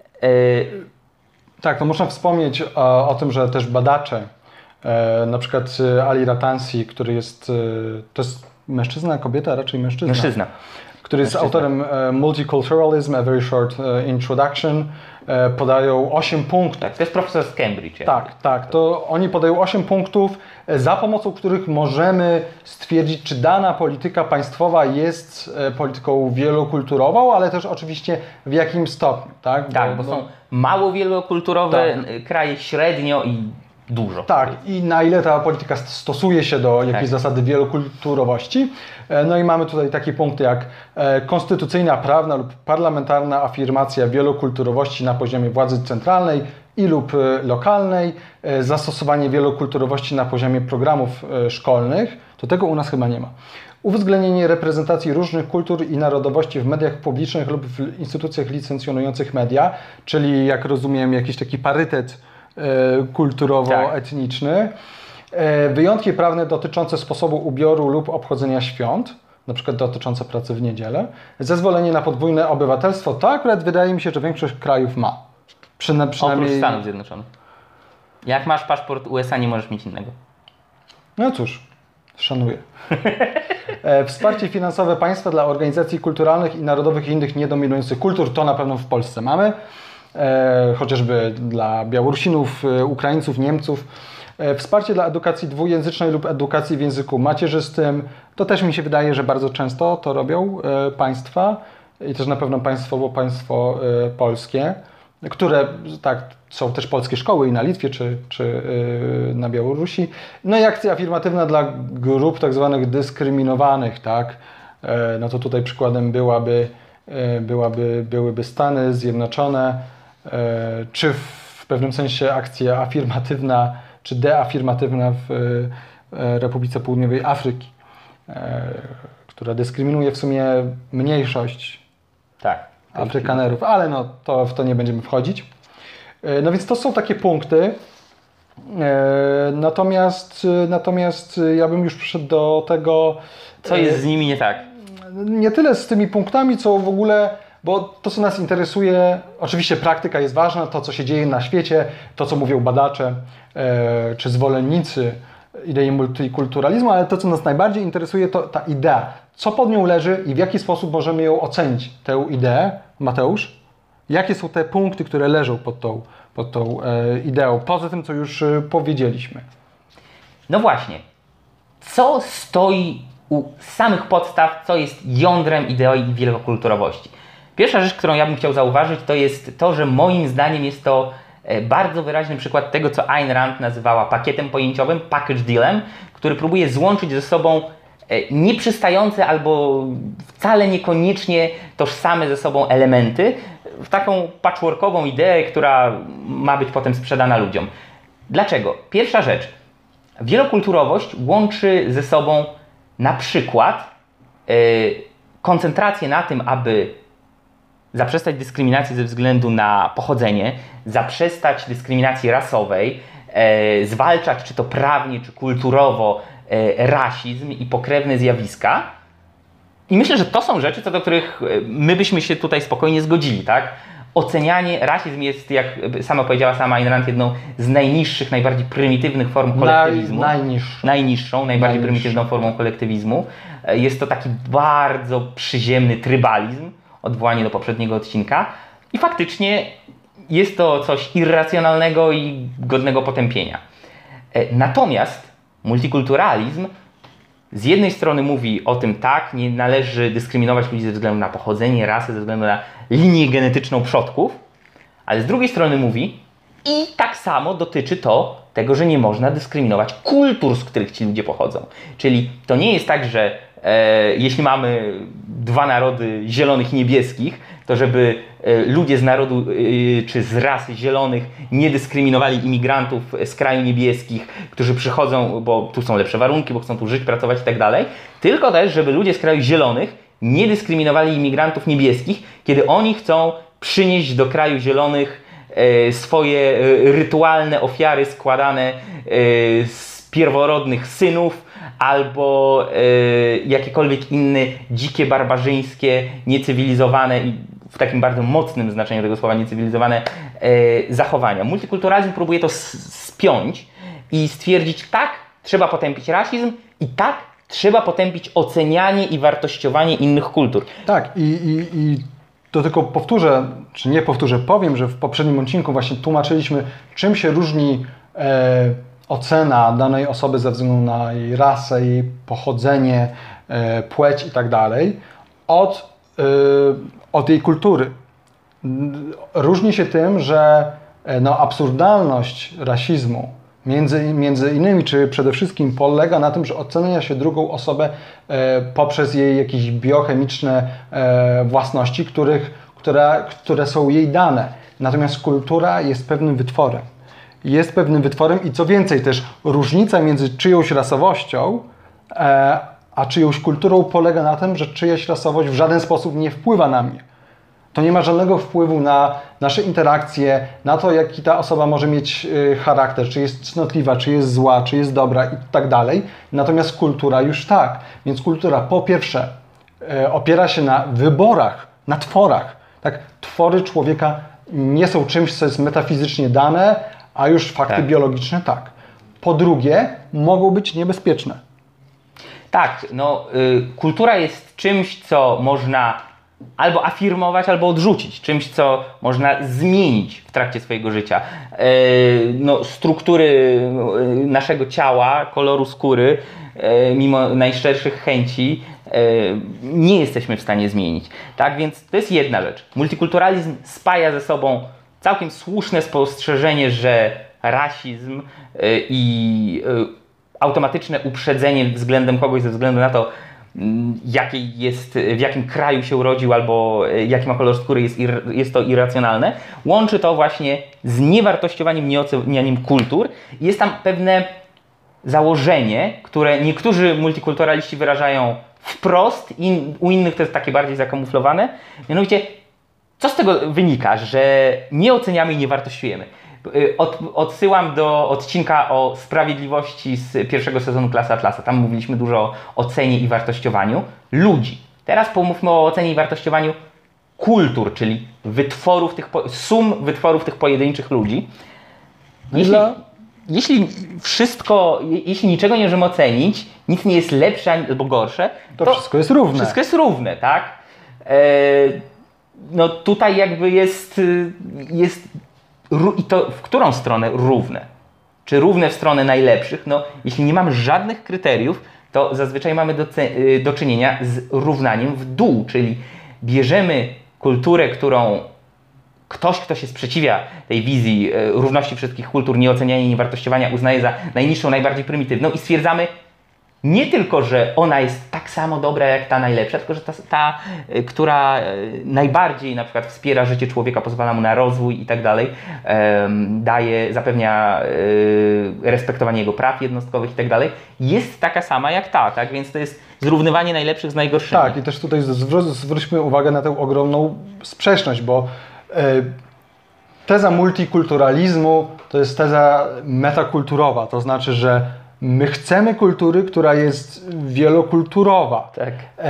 Tak, to można wspomnieć o tym, że też badacze, na przykład Ali Ratansi, który jest, to jest mężczyzna, kobieta, raczej mężczyzna.
Mężczyzna.
Który jest autorem Multiculturalism, A Very Short Introduction, podają 8 punktów.
Tak, to jest profesor z Cambridge.
Tak, to oni podają 8 punktów, za pomocą których możemy stwierdzić, czy dana polityka państwowa jest polityką wielokulturową, ale też oczywiście w jakim stopniu. Tak,
bo są mało wielokulturowe kraje, średnio i dużo.
Tak, i na ile ta polityka stosuje się do jakiejś zasady wielokulturowości. No i mamy tutaj takie punkty jak konstytucyjna, prawna lub parlamentarna afirmacja wielokulturowości na poziomie władzy centralnej i lub lokalnej, zastosowanie wielokulturowości na poziomie programów szkolnych, to tego u nas chyba nie ma. Uwzględnienie reprezentacji różnych kultur i narodowości w mediach publicznych lub w instytucjach licencjonujących media, czyli jak rozumiem jakiś taki parytet kulturowo-etniczny. Wyjątki prawne dotyczące sposobu ubioru lub obchodzenia świąt, na przykład dotyczące pracy w niedzielę. Zezwolenie na podwójne obywatelstwo, to akurat wydaje mi się, że większość krajów ma. Przynajmniej...
Oprócz Stanów Zjednoczonych. Jak masz paszport USA, nie możesz mieć innego.
No cóż, szanuję. Wsparcie finansowe państwa dla organizacji kulturalnych i narodowych i innych niedominujących kultur, to na pewno w Polsce mamy. Chociażby dla Białorusinów, Ukraińców, Niemców. Wsparcie dla edukacji dwujęzycznej lub edukacji w języku macierzystym. To też mi się wydaje, że bardzo często to robią państwa i też na pewno państwo polskie, które tak, są też polskie szkoły i na Litwie czy na Białorusi. No i akcja afirmatywna dla grup tak zwanych dyskryminowanych, tak? No to tutaj przykładem byłyby Stany Zjednoczone, czy w pewnym sensie akcja afirmatywna, czy deafirmatywna w Republice Południowej Afryki, która dyskryminuje w sumie mniejszość Afrykanerów, ale no to w to nie będziemy wchodzić. No więc to są takie punkty. Natomiast ja bym już przyszedł do tego...
Co jest z nimi nie tak?
Nie tyle z tymi punktami, co w ogóle... Bo to, co nas interesuje, oczywiście praktyka jest ważna, to, co się dzieje na świecie, to, co mówią badacze czy zwolennicy idei multikulturalizmu, ale to, co nas najbardziej interesuje, to ta idea. Co pod nią leży i w jaki sposób możemy ją ocenić, tę ideę? Mateusz, jakie są te punkty, które leżą pod tą ideą, poza tym, co już powiedzieliśmy?
No właśnie. Co stoi u samych podstaw, co jest jądrem idei wielokulturowości? Pierwsza rzecz, którą ja bym chciał zauważyć, to jest to, że moim zdaniem jest to bardzo wyraźny przykład tego, co Ayn Rand nazywała pakietem pojęciowym, package dealem, który próbuje złączyć ze sobą nieprzystające albo wcale niekoniecznie tożsame ze sobą elementy w taką patchworkową ideę, która ma być potem sprzedana ludziom. Dlaczego? Pierwsza rzecz. Wielokulturowość łączy ze sobą na przykład koncentrację na tym, aby zaprzestać dyskryminacji ze względu na pochodzenie, zaprzestać dyskryminacji rasowej, zwalczać czy to prawnie, czy kulturowo rasizm i pokrewne zjawiska. I myślę, że to są rzeczy, co do których my byśmy się tutaj spokojnie zgodzili, tak? Ocenianie, rasizm jest, jak sama powiedziała Ayn Rand, jedną z najniższych, najbardziej prymitywnych form kolektywizmu. Najniższą, najbardziej prymitywną formą kolektywizmu. Jest to taki bardzo przyziemny trybalizm, odwołanie do poprzedniego odcinka. I faktycznie jest to coś irracjonalnego i godnego potępienia. Natomiast multikulturalizm z jednej strony mówi o tym, tak, nie należy dyskryminować ludzi ze względu na pochodzenie, rasę, ze względu na linię genetyczną przodków, ale z drugiej strony mówi i tak samo dotyczy to tego, że nie można dyskryminować kultur, z których ci ludzie pochodzą. Czyli to nie jest tak, że jeśli mamy dwa narody zielonych i niebieskich, to żeby ludzie z narodu czy z ras zielonych nie dyskryminowali imigrantów z kraju niebieskich, którzy przychodzą, bo tu są lepsze warunki, bo chcą tu żyć, pracować i tak dalej, tylko też, żeby ludzie z kraju zielonych nie dyskryminowali imigrantów niebieskich, kiedy oni chcą przynieść do kraju zielonych swoje rytualne ofiary składane z pierworodnych synów albo jakiekolwiek inne dzikie, barbarzyńskie, niecywilizowane i w takim bardzo mocnym znaczeniu tego słowa niecywilizowane zachowania. Multikulturalizm próbuje to spiąć i stwierdzić, tak, trzeba potępić rasizm i tak, trzeba potępić ocenianie i wartościowanie innych kultur.
Tak, i to tylko powtórzę, czy nie powtórzę, powiem, że w poprzednim odcinku właśnie tłumaczyliśmy, czym się różni ocena danej osoby ze względu na jej rasę, jej pochodzenie, płeć i tak dalej, od jej kultury. Różni się tym, że absurdalność rasizmu między innymi, czy przede wszystkim polega na tym, że ocenia się drugą osobę poprzez jej jakieś biochemiczne własności, które są jej dane. Natomiast kultura jest pewnym wytworem. Jest pewnym wytworem i co więcej też różnica między czyjąś rasowością a czyjąś kulturą polega na tym, że czyjaś rasowość w żaden sposób nie wpływa na mnie. To nie ma żadnego wpływu na nasze interakcje, na to, jaki ta osoba może mieć charakter, czy jest cnotliwa, czy jest zła, czy jest dobra i tak dalej. Natomiast kultura już tak. Więc kultura po pierwsze opiera się na wyborach, na tworach. Tak? Twory człowieka nie są czymś, co jest metafizycznie dane, a już fakty biologiczne tak. Po drugie, mogą być niebezpieczne.
Tak, kultura jest czymś, co można albo afirmować, albo odrzucić. Czymś, co można zmienić w trakcie swojego życia. Struktury naszego ciała, koloru skóry, mimo najszczerszych chęci, nie jesteśmy w stanie zmienić. Tak, więc to jest jedna rzecz. Multikulturalizm spaja ze sobą całkiem słuszne spostrzeżenie, że rasizm i automatyczne uprzedzenie względem kogoś ze względu na to, w jakim kraju się urodził albo jaki ma kolor skóry, jest to irracjonalne. Łączy to właśnie z niewartościowaniem, nieocenianiem kultur. Jest tam pewne założenie, które niektórzy multikulturaliści wyrażają wprost, u innych to jest takie bardziej zakamuflowane. Mianowicie, co z tego wynika, że nie oceniamy i nie wartościujemy? Odsyłam do odcinka o sprawiedliwości z pierwszego sezonu Klasy Atlasa. Tam mówiliśmy dużo o ocenie i wartościowaniu ludzi. Teraz pomówmy o ocenie i wartościowaniu kultur, czyli sum wytworów tych pojedynczych ludzi. Jeśli niczego nie możemy ocenić, nic nie jest lepsze albo gorsze,
to wszystko jest równe.
Wszystko jest równe, tak? Tutaj jakby jest i to w którą stronę równe? Czy równe w stronę najlepszych? Jeśli nie mamy żadnych kryteriów, to zazwyczaj mamy do czynienia z równaniem w dół, czyli bierzemy kulturę, którą ktoś, kto się sprzeciwia tej wizji równości wszystkich kultur, nieoceniania i niewartościowania, uznaje za najniższą, najbardziej prymitywną i stwierdzamy nie tylko, że ona jest tak samo dobra jak ta najlepsza, tylko że ta która najbardziej na przykład wspiera życie człowieka, pozwala mu na rozwój i tak dalej, zapewnia respektowanie jego praw jednostkowych i tak dalej, jest taka sama jak ta, tak? Więc to jest zrównywanie najlepszych z najgorszymi.
Tak, i też tutaj zwróćmy uwagę na tę ogromną sprzeczność, bo teza multikulturalizmu to jest teza metakulturowa, to znaczy, że my chcemy kultury, która jest wielokulturowa.
Tak.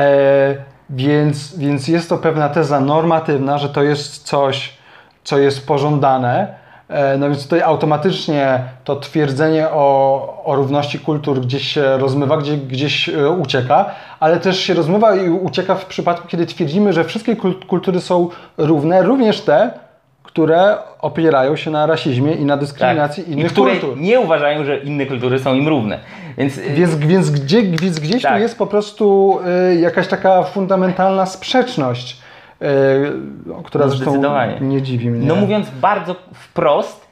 Więc jest to pewna teza normatywna, że to jest coś, co jest pożądane. No więc tutaj automatycznie to twierdzenie o równości kultur gdzieś się rozmywa, gdzieś ucieka, ale też się rozmywa i ucieka w przypadku, kiedy twierdzimy, że wszystkie kultury są równe, również te, które opierają się na rasizmie i na dyskryminacji innych kultur.
Które nie uważają, że inne kultury są im równe.
Więc gdzieś tu jest po prostu jakaś taka fundamentalna sprzeczność, która zresztą nie dziwi mnie.
Mówiąc bardzo wprost,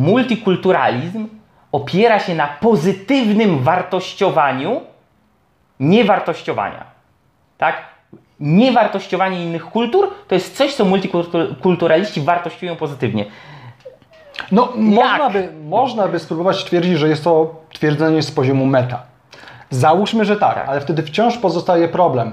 multikulturalizm opiera się na pozytywnym wartościowaniu niewartościowania. Tak? Niewartościowanie innych kultur to jest coś, co multikulturaliści wartościują pozytywnie.
No, można by spróbować twierdzić, że jest to twierdzenie z poziomu meta. Załóżmy, że tak, ale wtedy wciąż pozostaje problem.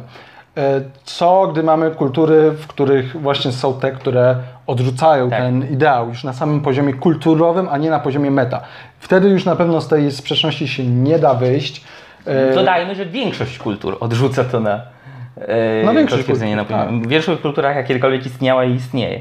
Co gdy mamy kultury, w których właśnie są te, które odrzucają ten ideał już na samym poziomie kulturowym, a nie na poziomie meta. Wtedy już na pewno z tej sprzeczności się nie da wyjść.
Dodajmy, że większość kultur odrzuca to na
większość
twierdzenie na poziomie. W większość kulturach jakiekolwiek istniała i istnieje.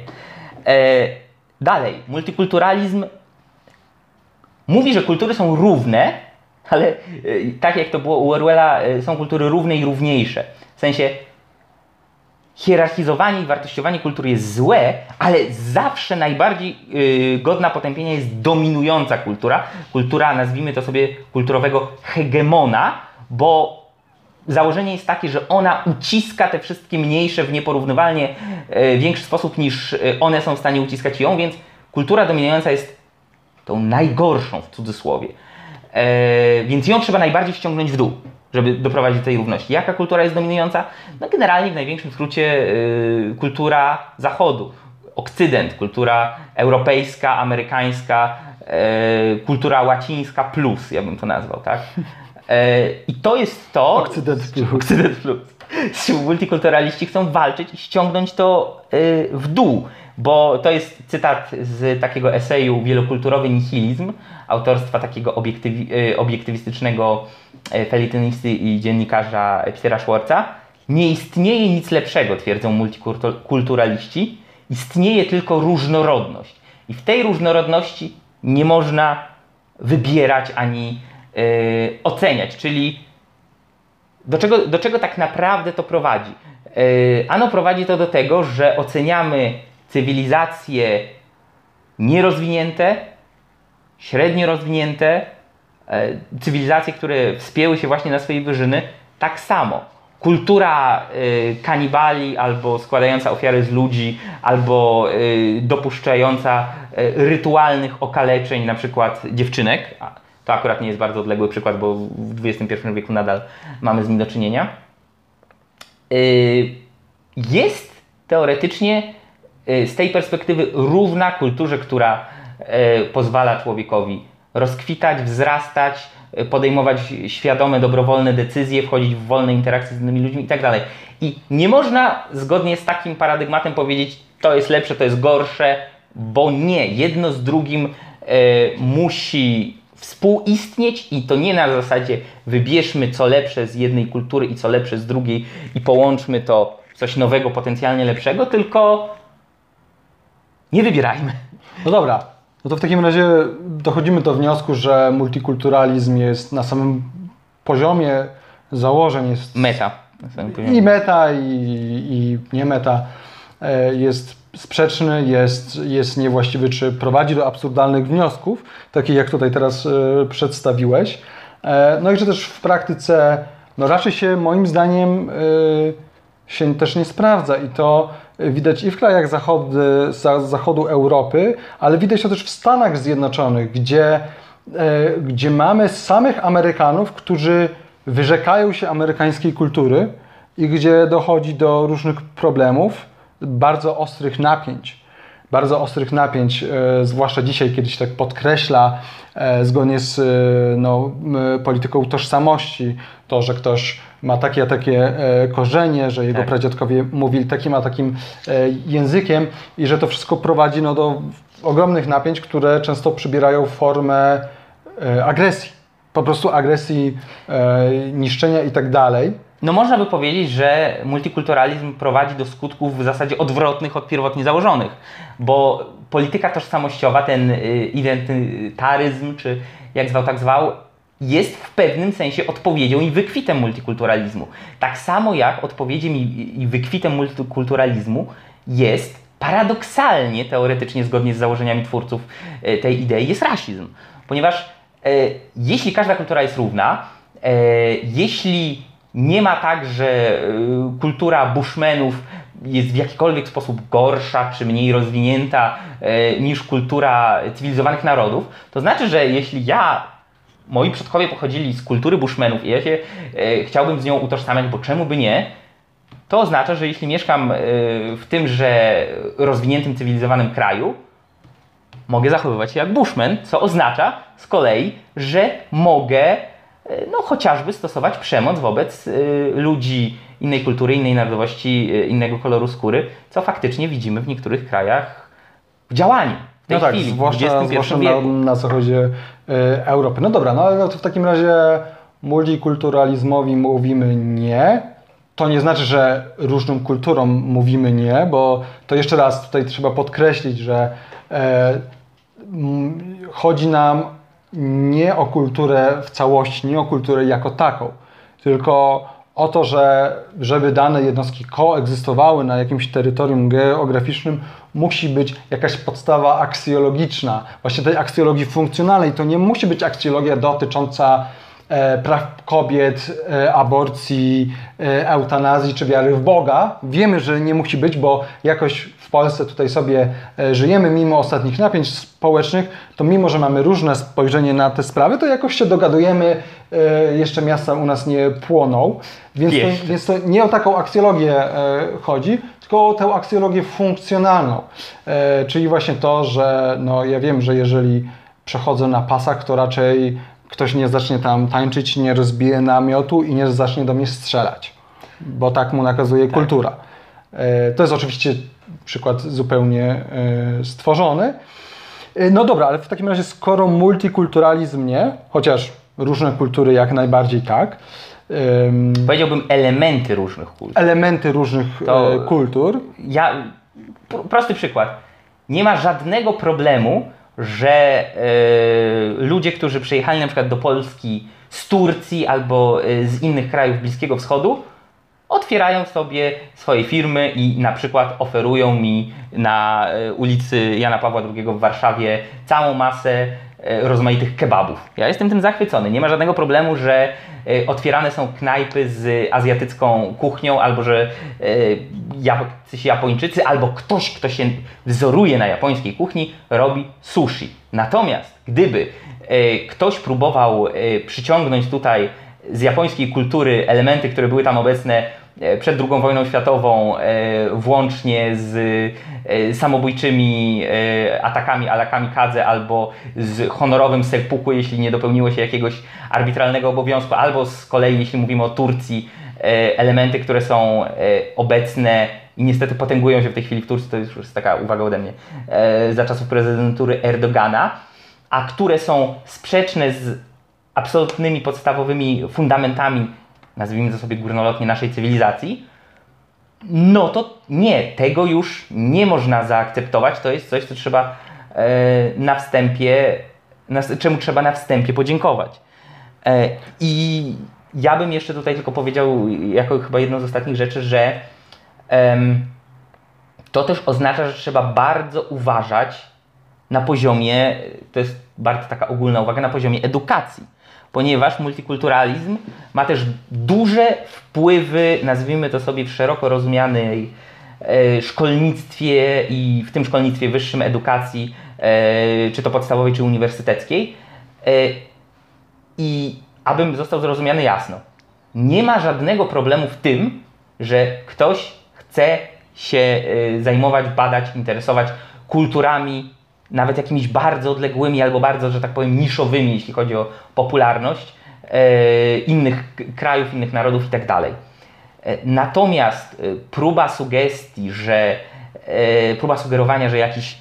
Dalej, multikulturalizm mówi, że kultury są równe, ale tak jak to było u Orwella, są kultury równe i równiejsze. W sensie hierarchizowanie i wartościowanie kultury jest złe, ale zawsze najbardziej godna potępienia jest dominująca kultura. Kultura, nazwijmy to sobie, kulturowego hegemona, bo założenie jest takie, że ona uciska te wszystkie mniejsze w nieporównywalnie większy sposób niż one są w stanie uciskać ją, więc kultura dominująca jest tą najgorszą w cudzysłowie. Więc ją trzeba najbardziej ściągnąć w dół, żeby doprowadzić do tej równości. Jaka kultura jest dominująca? No generalnie w największym skrócie kultura Zachodu. Okcydent, kultura europejska, amerykańska, kultura łacińska plus, ja bym to nazwał, tak? I to jest to...
Okcydent plus.
Okcydent plus. Multikulturaliści chcą walczyć i ściągnąć to w dół, bo to jest cytat z takiego eseju Wielokulturowy nihilizm, autorstwa takiego obiektywistycznego felietonisty i dziennikarza Petera Schwartza. Nie istnieje nic lepszego, twierdzą multikulturaliści, istnieje tylko różnorodność. I w tej różnorodności nie można wybierać ani oceniać, czyli do czego tak naprawdę to prowadzi? Ano prowadzi to do tego, że oceniamy cywilizacje nierozwinięte, średnio rozwinięte, cywilizacje, które wspięły się właśnie na swojej wyżyny, tak samo. Kultura kanibali, albo składająca ofiary z ludzi, albo dopuszczająca rytualnych okaleczeń, na przykład dziewczynek. To akurat nie jest bardzo odległy przykład, bo w XXI wieku nadal mamy z nim do czynienia. Jest teoretycznie z tej perspektywy równa kulturze, która pozwala człowiekowi rozkwitać, wzrastać, podejmować świadome, dobrowolne decyzje, wchodzić w wolne interakcje z innymi ludźmi itd. I nie można zgodnie z takim paradygmatem powiedzieć, to jest lepsze, to jest gorsze, bo nie. Jedno z drugim musi współistnieć i to nie na zasadzie wybierzmy co lepsze z jednej kultury i co lepsze z drugiej i połączmy to w coś nowego, potencjalnie lepszego, tylko nie wybierajmy.
No dobra, no to w takim razie dochodzimy do wniosku, że multikulturalizm jest na samym poziomie założeń jest...
Meta.
I meta, i nie meta jest sprzeczny, jest niewłaściwy, czy prowadzi do absurdalnych wniosków, takich jak tutaj teraz przedstawiłeś. No i że też w praktyce no raczej się moim zdaniem się też nie sprawdza i to widać i w krajach zachodu Europy, ale widać to też w Stanach Zjednoczonych, gdzie mamy samych Amerykanów, którzy wyrzekają się amerykańskiej kultury i gdzie dochodzi do różnych problemów, bardzo ostrych napięć, zwłaszcza dzisiaj, kiedy się tak podkreśla zgodnie z polityką tożsamości, to, że ktoś ma takie a takie korzenie, że jego pradziadkowie mówili takim a takim językiem i że to wszystko prowadzi do ogromnych napięć, które często przybierają formę agresji. Po prostu agresji, niszczenia i tak dalej.
No można by powiedzieć, że multikulturalizm prowadzi do skutków w zasadzie odwrotnych od pierwotnie założonych, bo polityka tożsamościowa, ten identytaryzm, czy jak zwał, tak zwał, jest w pewnym sensie odpowiedzią i wykwitem multikulturalizmu. Tak samo jak odpowiedzią i wykwitem multikulturalizmu jest paradoksalnie, teoretycznie zgodnie z założeniami twórców tej idei, jest rasizm. Ponieważ jeśli każda kultura jest równa, jeśli nie ma tak, że kultura Bushmanów jest w jakikolwiek sposób gorsza czy mniej rozwinięta niż kultura cywilizowanych narodów, to znaczy, że jeśli ja moi przodkowie pochodzili z kultury Bushmanów i ja się chciałbym z nią utożsamiać, bo czemu by nie? To oznacza, że jeśli mieszkam w tymże rozwiniętym, cywilizowanym kraju, mogę zachowywać się jak Bushman, co oznacza z kolei, że mogę chociażby stosować przemoc wobec ludzi innej kultury, innej narodowości, innego koloru skóry, co faktycznie widzimy w niektórych krajach w działaniu. W tej chwili,
zwłaszcza na zachodzie Europy. No dobra, ale to w takim razie multikulturalizmowi mówimy nie. To nie znaczy, że różnym kulturom mówimy nie, bo to jeszcze raz tutaj trzeba podkreślić, że chodzi nam nie o kulturę w całości, nie o kulturę jako taką, tylko o to, że żeby dane jednostki koegzystowały na jakimś terytorium geograficznym, musi być jakaś podstawa aksjologiczna, właśnie tej aksjologii funkcjonalnej. To nie musi być aksjologia dotycząca praw kobiet, aborcji, eutanazji czy wiary w Boga. Wiemy, że nie musi być, bo jakoś w Polsce tutaj sobie żyjemy, mimo ostatnich napięć społecznych, to mimo, że mamy różne spojrzenie na te sprawy, to jakoś się dogadujemy, jeszcze miasta u nas nie płoną. Więc to nie o taką aksjologię chodzi, tylko o tę aksjologię funkcjonalną. Czyli właśnie to, że ja wiem, że jeżeli przechodzę na pasach, to raczej ktoś nie zacznie tam tańczyć, nie rozbije namiotu i nie zacznie do mnie strzelać, bo tak mu nakazuje kultura. To jest oczywiście przykład zupełnie stworzony. No dobra, ale w takim razie skoro multikulturalizm nie, chociaż różne kultury jak najbardziej tak.
Powiedziałbym elementy różnych kultur.
Elementy różnych kultur.
Prosty przykład. Nie ma żadnego problemu, że ludzie, którzy przyjechali na przykład do Polski z Turcji albo z innych krajów Bliskiego Wschodu, otwierają sobie swoje firmy i na przykład oferują mi na ulicy Jana Pawła II w Warszawie całą masę rozmaitych kebabów. Ja jestem tym zachwycony. Nie ma żadnego problemu, że otwierane są knajpy z azjatycką kuchnią, albo że jacyś Japończycy, albo ktoś, kto się wzoruje na japońskiej kuchni, robi sushi. Natomiast gdyby ktoś próbował przyciągnąć tutaj z japońskiej kultury elementy, które były tam obecne przed II wojną światową, włącznie z samobójczymi atakami a la kamikadze, albo z honorowym seppuku, jeśli nie dopełniło się jakiegoś arbitralnego obowiązku, albo z kolei, jeśli mówimy o Turcji, elementy, które są obecne i niestety potęgują się w tej chwili w Turcji, to już jest taka uwaga ode mnie, za czasów prezydentury Erdogana, a które są sprzeczne z absolutnymi, podstawowymi fundamentami, nazwijmy to sobie górnolotnie, naszej cywilizacji, no to nie, tego już nie można zaakceptować. To jest coś, co trzeba czemu trzeba na wstępie podziękować. I ja bym jeszcze tutaj tylko powiedział, jako chyba jedną z ostatnich rzeczy, że to też oznacza, że trzeba bardzo uważać na poziomie, to jest bardzo taka ogólna uwaga, na poziomie edukacji. Ponieważ multikulturalizm ma też duże wpływy, nazwijmy to sobie w szeroko rozumianej szkolnictwie i w tym szkolnictwie wyższym, edukacji, czy to podstawowej, czy uniwersyteckiej. I abym został zrozumiany jasno, nie ma żadnego problemu w tym, że ktoś chce się zajmować, badać, interesować kulturami, nawet jakimiś bardzo odległymi albo bardzo, że tak powiem, niszowymi, jeśli chodzi o popularność innych krajów, innych narodów i tak dalej. Natomiast próba sugerowania, że jakiś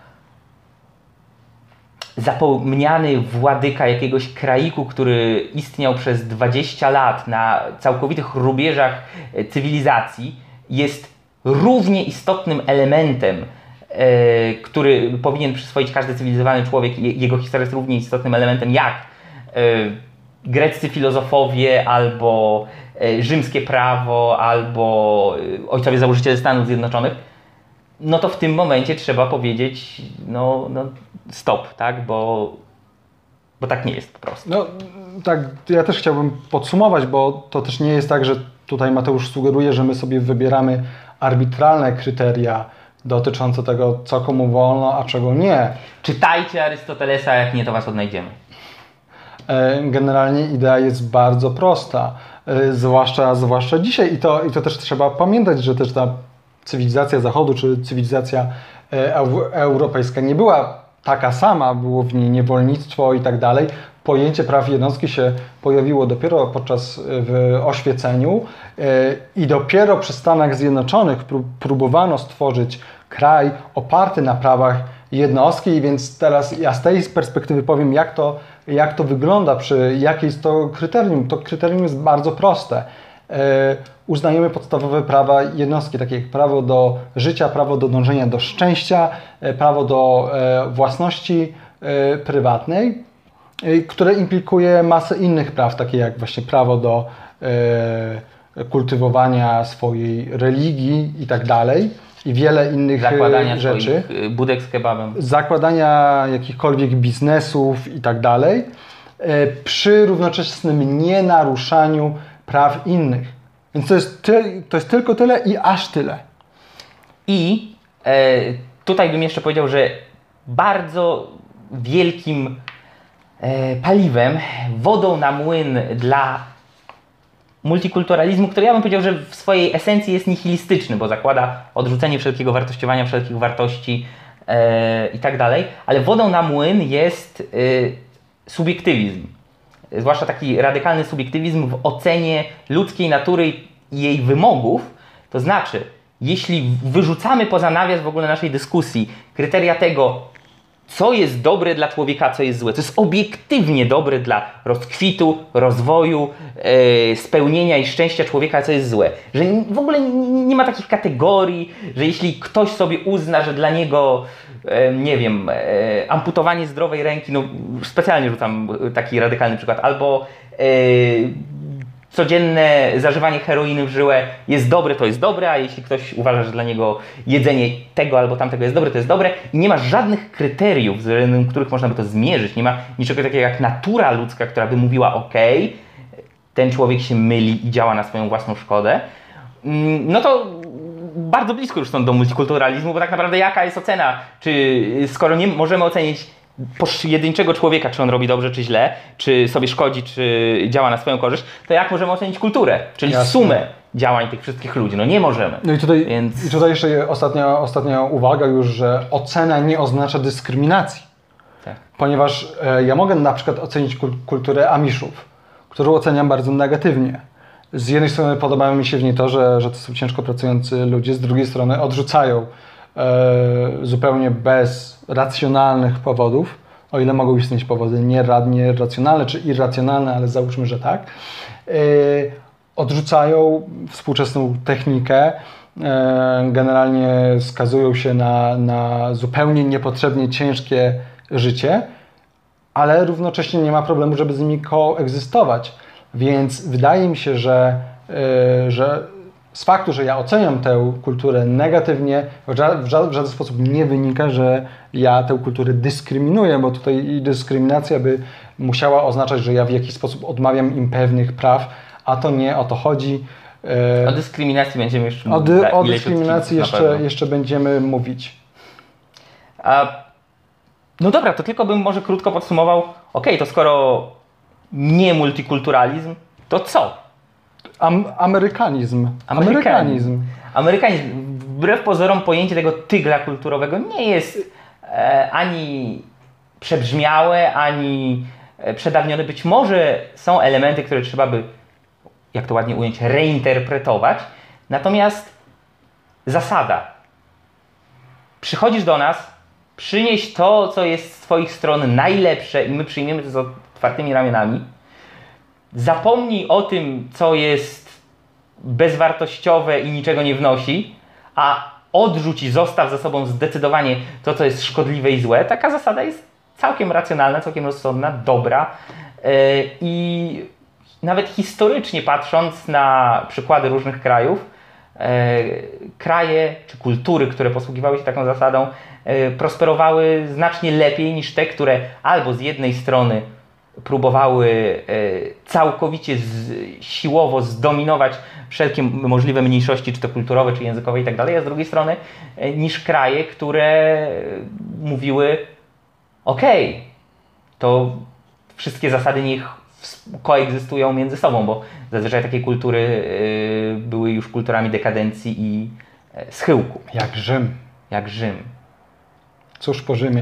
zapomniany władyka jakiegoś kraiku, który istniał przez 20 lat na całkowitych rubieżach cywilizacji, jest równie istotnym elementem, który powinien przyswoić każdy cywilizowany człowiek, jego historia jest równie istotnym elementem jak greccy filozofowie, albo rzymskie prawo, albo ojcowie założyciele Stanów Zjednoczonych, no to w tym momencie trzeba powiedzieć stop, tak? Bo tak nie jest po prostu.
No tak, ja też chciałbym podsumować, bo to też nie jest tak, że tutaj Mateusz sugeruje, że my sobie wybieramy arbitralne kryteria dotyczące tego, co komu wolno, a czego nie.
Czytajcie Arystotelesa, jak nie, to was odnajdziemy.
Generalnie idea jest bardzo prosta, zwłaszcza dzisiaj i to też trzeba pamiętać, że też ta cywilizacja Zachodu czy cywilizacja europejska nie była taka sama, było w niej niewolnictwo i tak dalej. Pojęcie praw jednostki się pojawiło dopiero podczas oświeceniu i dopiero przy Stanach Zjednoczonych próbowano stworzyć kraj oparty na prawach jednostki, więc teraz ja z tej perspektywy powiem, jak to wygląda, jakie jest to kryterium. To kryterium jest bardzo proste. Uznajemy podstawowe prawa jednostki, takie jak prawo do życia, prawo do dążenia do szczęścia, prawo do własności prywatnej, które implikuje masę innych praw, takie jak właśnie prawo do kultywowania swojej religii i tak dalej i wiele innych
Zakładania
rzeczy.
swoich budek z kebabem.
Zakładania jakichkolwiek biznesów i tak dalej, przy równoczesnym nienaruszaniu praw innych. Więc to jest tylko tyle i aż tyle.
I tutaj bym jeszcze powiedział, że bardzo wielkim paliwem, wodą na młyn dla multikulturalizmu, który ja bym powiedział, że w swojej esencji jest nihilistyczny, bo zakłada odrzucenie wszelkiego wartościowania, wszelkich wartości i tak dalej, ale wodą na młyn jest subiektywizm. Zwłaszcza taki radykalny subiektywizm w ocenie ludzkiej natury i jej wymogów. To znaczy, jeśli wyrzucamy poza nawias w ogóle naszej dyskusji kryteria tego, co jest dobre dla człowieka, a co jest złe, co jest obiektywnie dobre dla rozkwitu, rozwoju, spełnienia i szczęścia człowieka, a co jest złe. Że w ogóle nie ma takich kategorii, że jeśli ktoś sobie uzna, że dla niego, nie wiem, amputowanie zdrowej ręki, no specjalnie rzucam taki radykalny przykład, albo codzienne zażywanie heroiny w żyłę jest dobre, to jest dobre, a jeśli ktoś uważa, że dla niego jedzenie tego albo tamtego jest dobre, to jest dobre i nie ma żadnych kryteriów, względem których można by to zmierzyć. Nie ma niczego takiego jak natura ludzka, która by mówiła ok, ten człowiek się myli i działa na swoją własną szkodę. No to bardzo blisko już są do multikulturalizmu, bo tak naprawdę jaka jest ocena? Czy skoro nie możemy ocenić pojedynczego człowieka, czy on robi dobrze, czy źle, czy sobie szkodzi, czy działa na swoją korzyść, to jak możemy ocenić kulturę, czyli sumę działań tych wszystkich ludzi? No nie możemy.
No i tutaj jeszcze ostatnia uwaga już, że ocena nie oznacza dyskryminacji.
Tak.
Ponieważ ja mogę na przykład ocenić kulturę Amishów, którą oceniam bardzo negatywnie. Z jednej strony podoba mi się w niej to, że to są ciężko pracujący ludzie, z drugiej strony odrzucają zupełnie bez racjonalnych powodów, o ile mogą istnieć powody nieracjonalne czy irracjonalne, ale załóżmy, że tak, odrzucają współczesną technikę, generalnie skazują się na zupełnie niepotrzebnie ciężkie życie, ale równocześnie nie ma problemu, żeby z nimi koegzystować. Więc wydaje mi się, że z faktu, że ja oceniam tę kulturę negatywnie, w żaden sposób nie wynika, że ja tę kulturę dyskryminuję, bo tutaj dyskryminacja by musiała oznaczać, że ja w jakiś sposób odmawiam im pewnych praw, a to nie o to chodzi.
O dyskryminacji będziemy jeszcze
mówić. O dyskryminacji jeszcze będziemy mówić.
No dobra, to tylko bym może krótko podsumował. Okej, to skoro nie multikulturalizm, to co?
Amerykanizm.
Wbrew pozorom pojęcie tego tygla kulturowego nie jest ani przebrzmiałe, ani przedawnione. Być może są elementy, które trzeba by, jak to ładnie ująć, reinterpretować. Natomiast zasada. Przychodzisz do nas, przynieś to, co jest z Twoich stron najlepsze i my przyjmiemy to z otwartymi ramionami. Zapomnij o tym, co jest bezwartościowe i niczego nie wnosi, a odrzuć i zostaw za sobą zdecydowanie to, co jest szkodliwe i złe. Taka zasada jest całkiem racjonalna, całkiem rozsądna, dobra i nawet historycznie patrząc na przykłady różnych krajów, kraje czy kultury, które posługiwały się taką zasadą, prosperowały znacznie lepiej niż te, które albo z jednej strony próbowały całkowicie siłowo zdominować wszelkie możliwe mniejszości, czy to kulturowe, czy językowe i tak dalej, a z drugiej strony niż kraje, które mówiły okej, to wszystkie zasady niech koegzystują między sobą, bo zazwyczaj takie kultury były już kulturami dekadencji i schyłku,
Jak Rzym.
jak Rzym.
Cóż po Rzymie.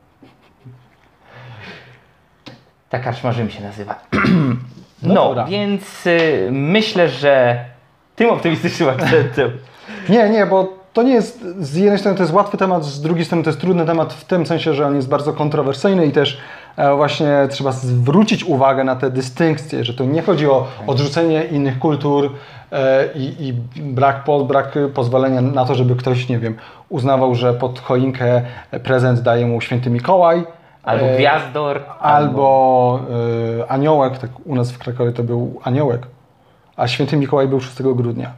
Ta karczma Rzym się nazywa.
No
No,
dobra.
więc myślę, że tym optymistycznym akcentem
Nie, bo to nie jest, z jednej strony to jest łatwy temat, z drugiej strony to jest trudny temat w tym sensie, że on jest bardzo kontrowersyjny i też właśnie trzeba zwrócić uwagę na te dystynkcje, że to nie chodzi o odrzucenie innych kultur i brak pozwolenia na to, żeby ktoś, nie wiem, uznawał, że pod choinkę prezent daje mu święty Mikołaj.
albo gwiazdor,
Albo aniołek, tak u nas w Krakowie to był aniołek, a święty Mikołaj był 6 grudnia.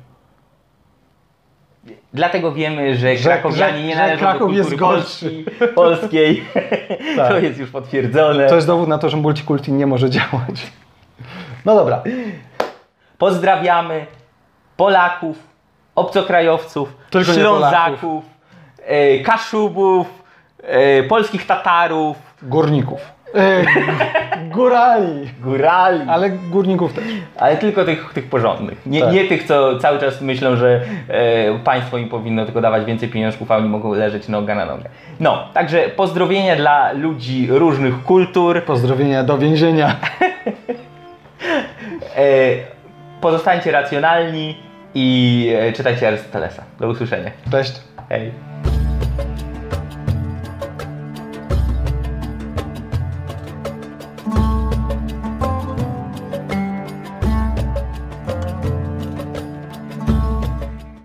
Dlatego wiemy, że krakowianie nie
że
należą
Kraków
do
jest
kultury polskiej.
Tak.
To jest już potwierdzone.
To jest dowód na to, że multikulti nie może działać. No dobra.
Pozdrawiamy Polaków, obcokrajowców,
Tylko nie
Ślązaków, Kaszubów, polskich Tatarów,
Górników. Górali.
Górali.
Ale górników też.
Ale tylko tych porządnych. Nie,
Tak.
nie tych, co cały czas myślą, że państwo im powinno tylko dawać więcej pieniążków, a oni mogą leżeć noga na nogę. No, także pozdrowienia dla ludzi różnych kultur.
Pozdrowienia do więzienia.
Pozostańcie racjonalni i czytajcie Arystotelesa. Do usłyszenia.
Cześć.
Hej.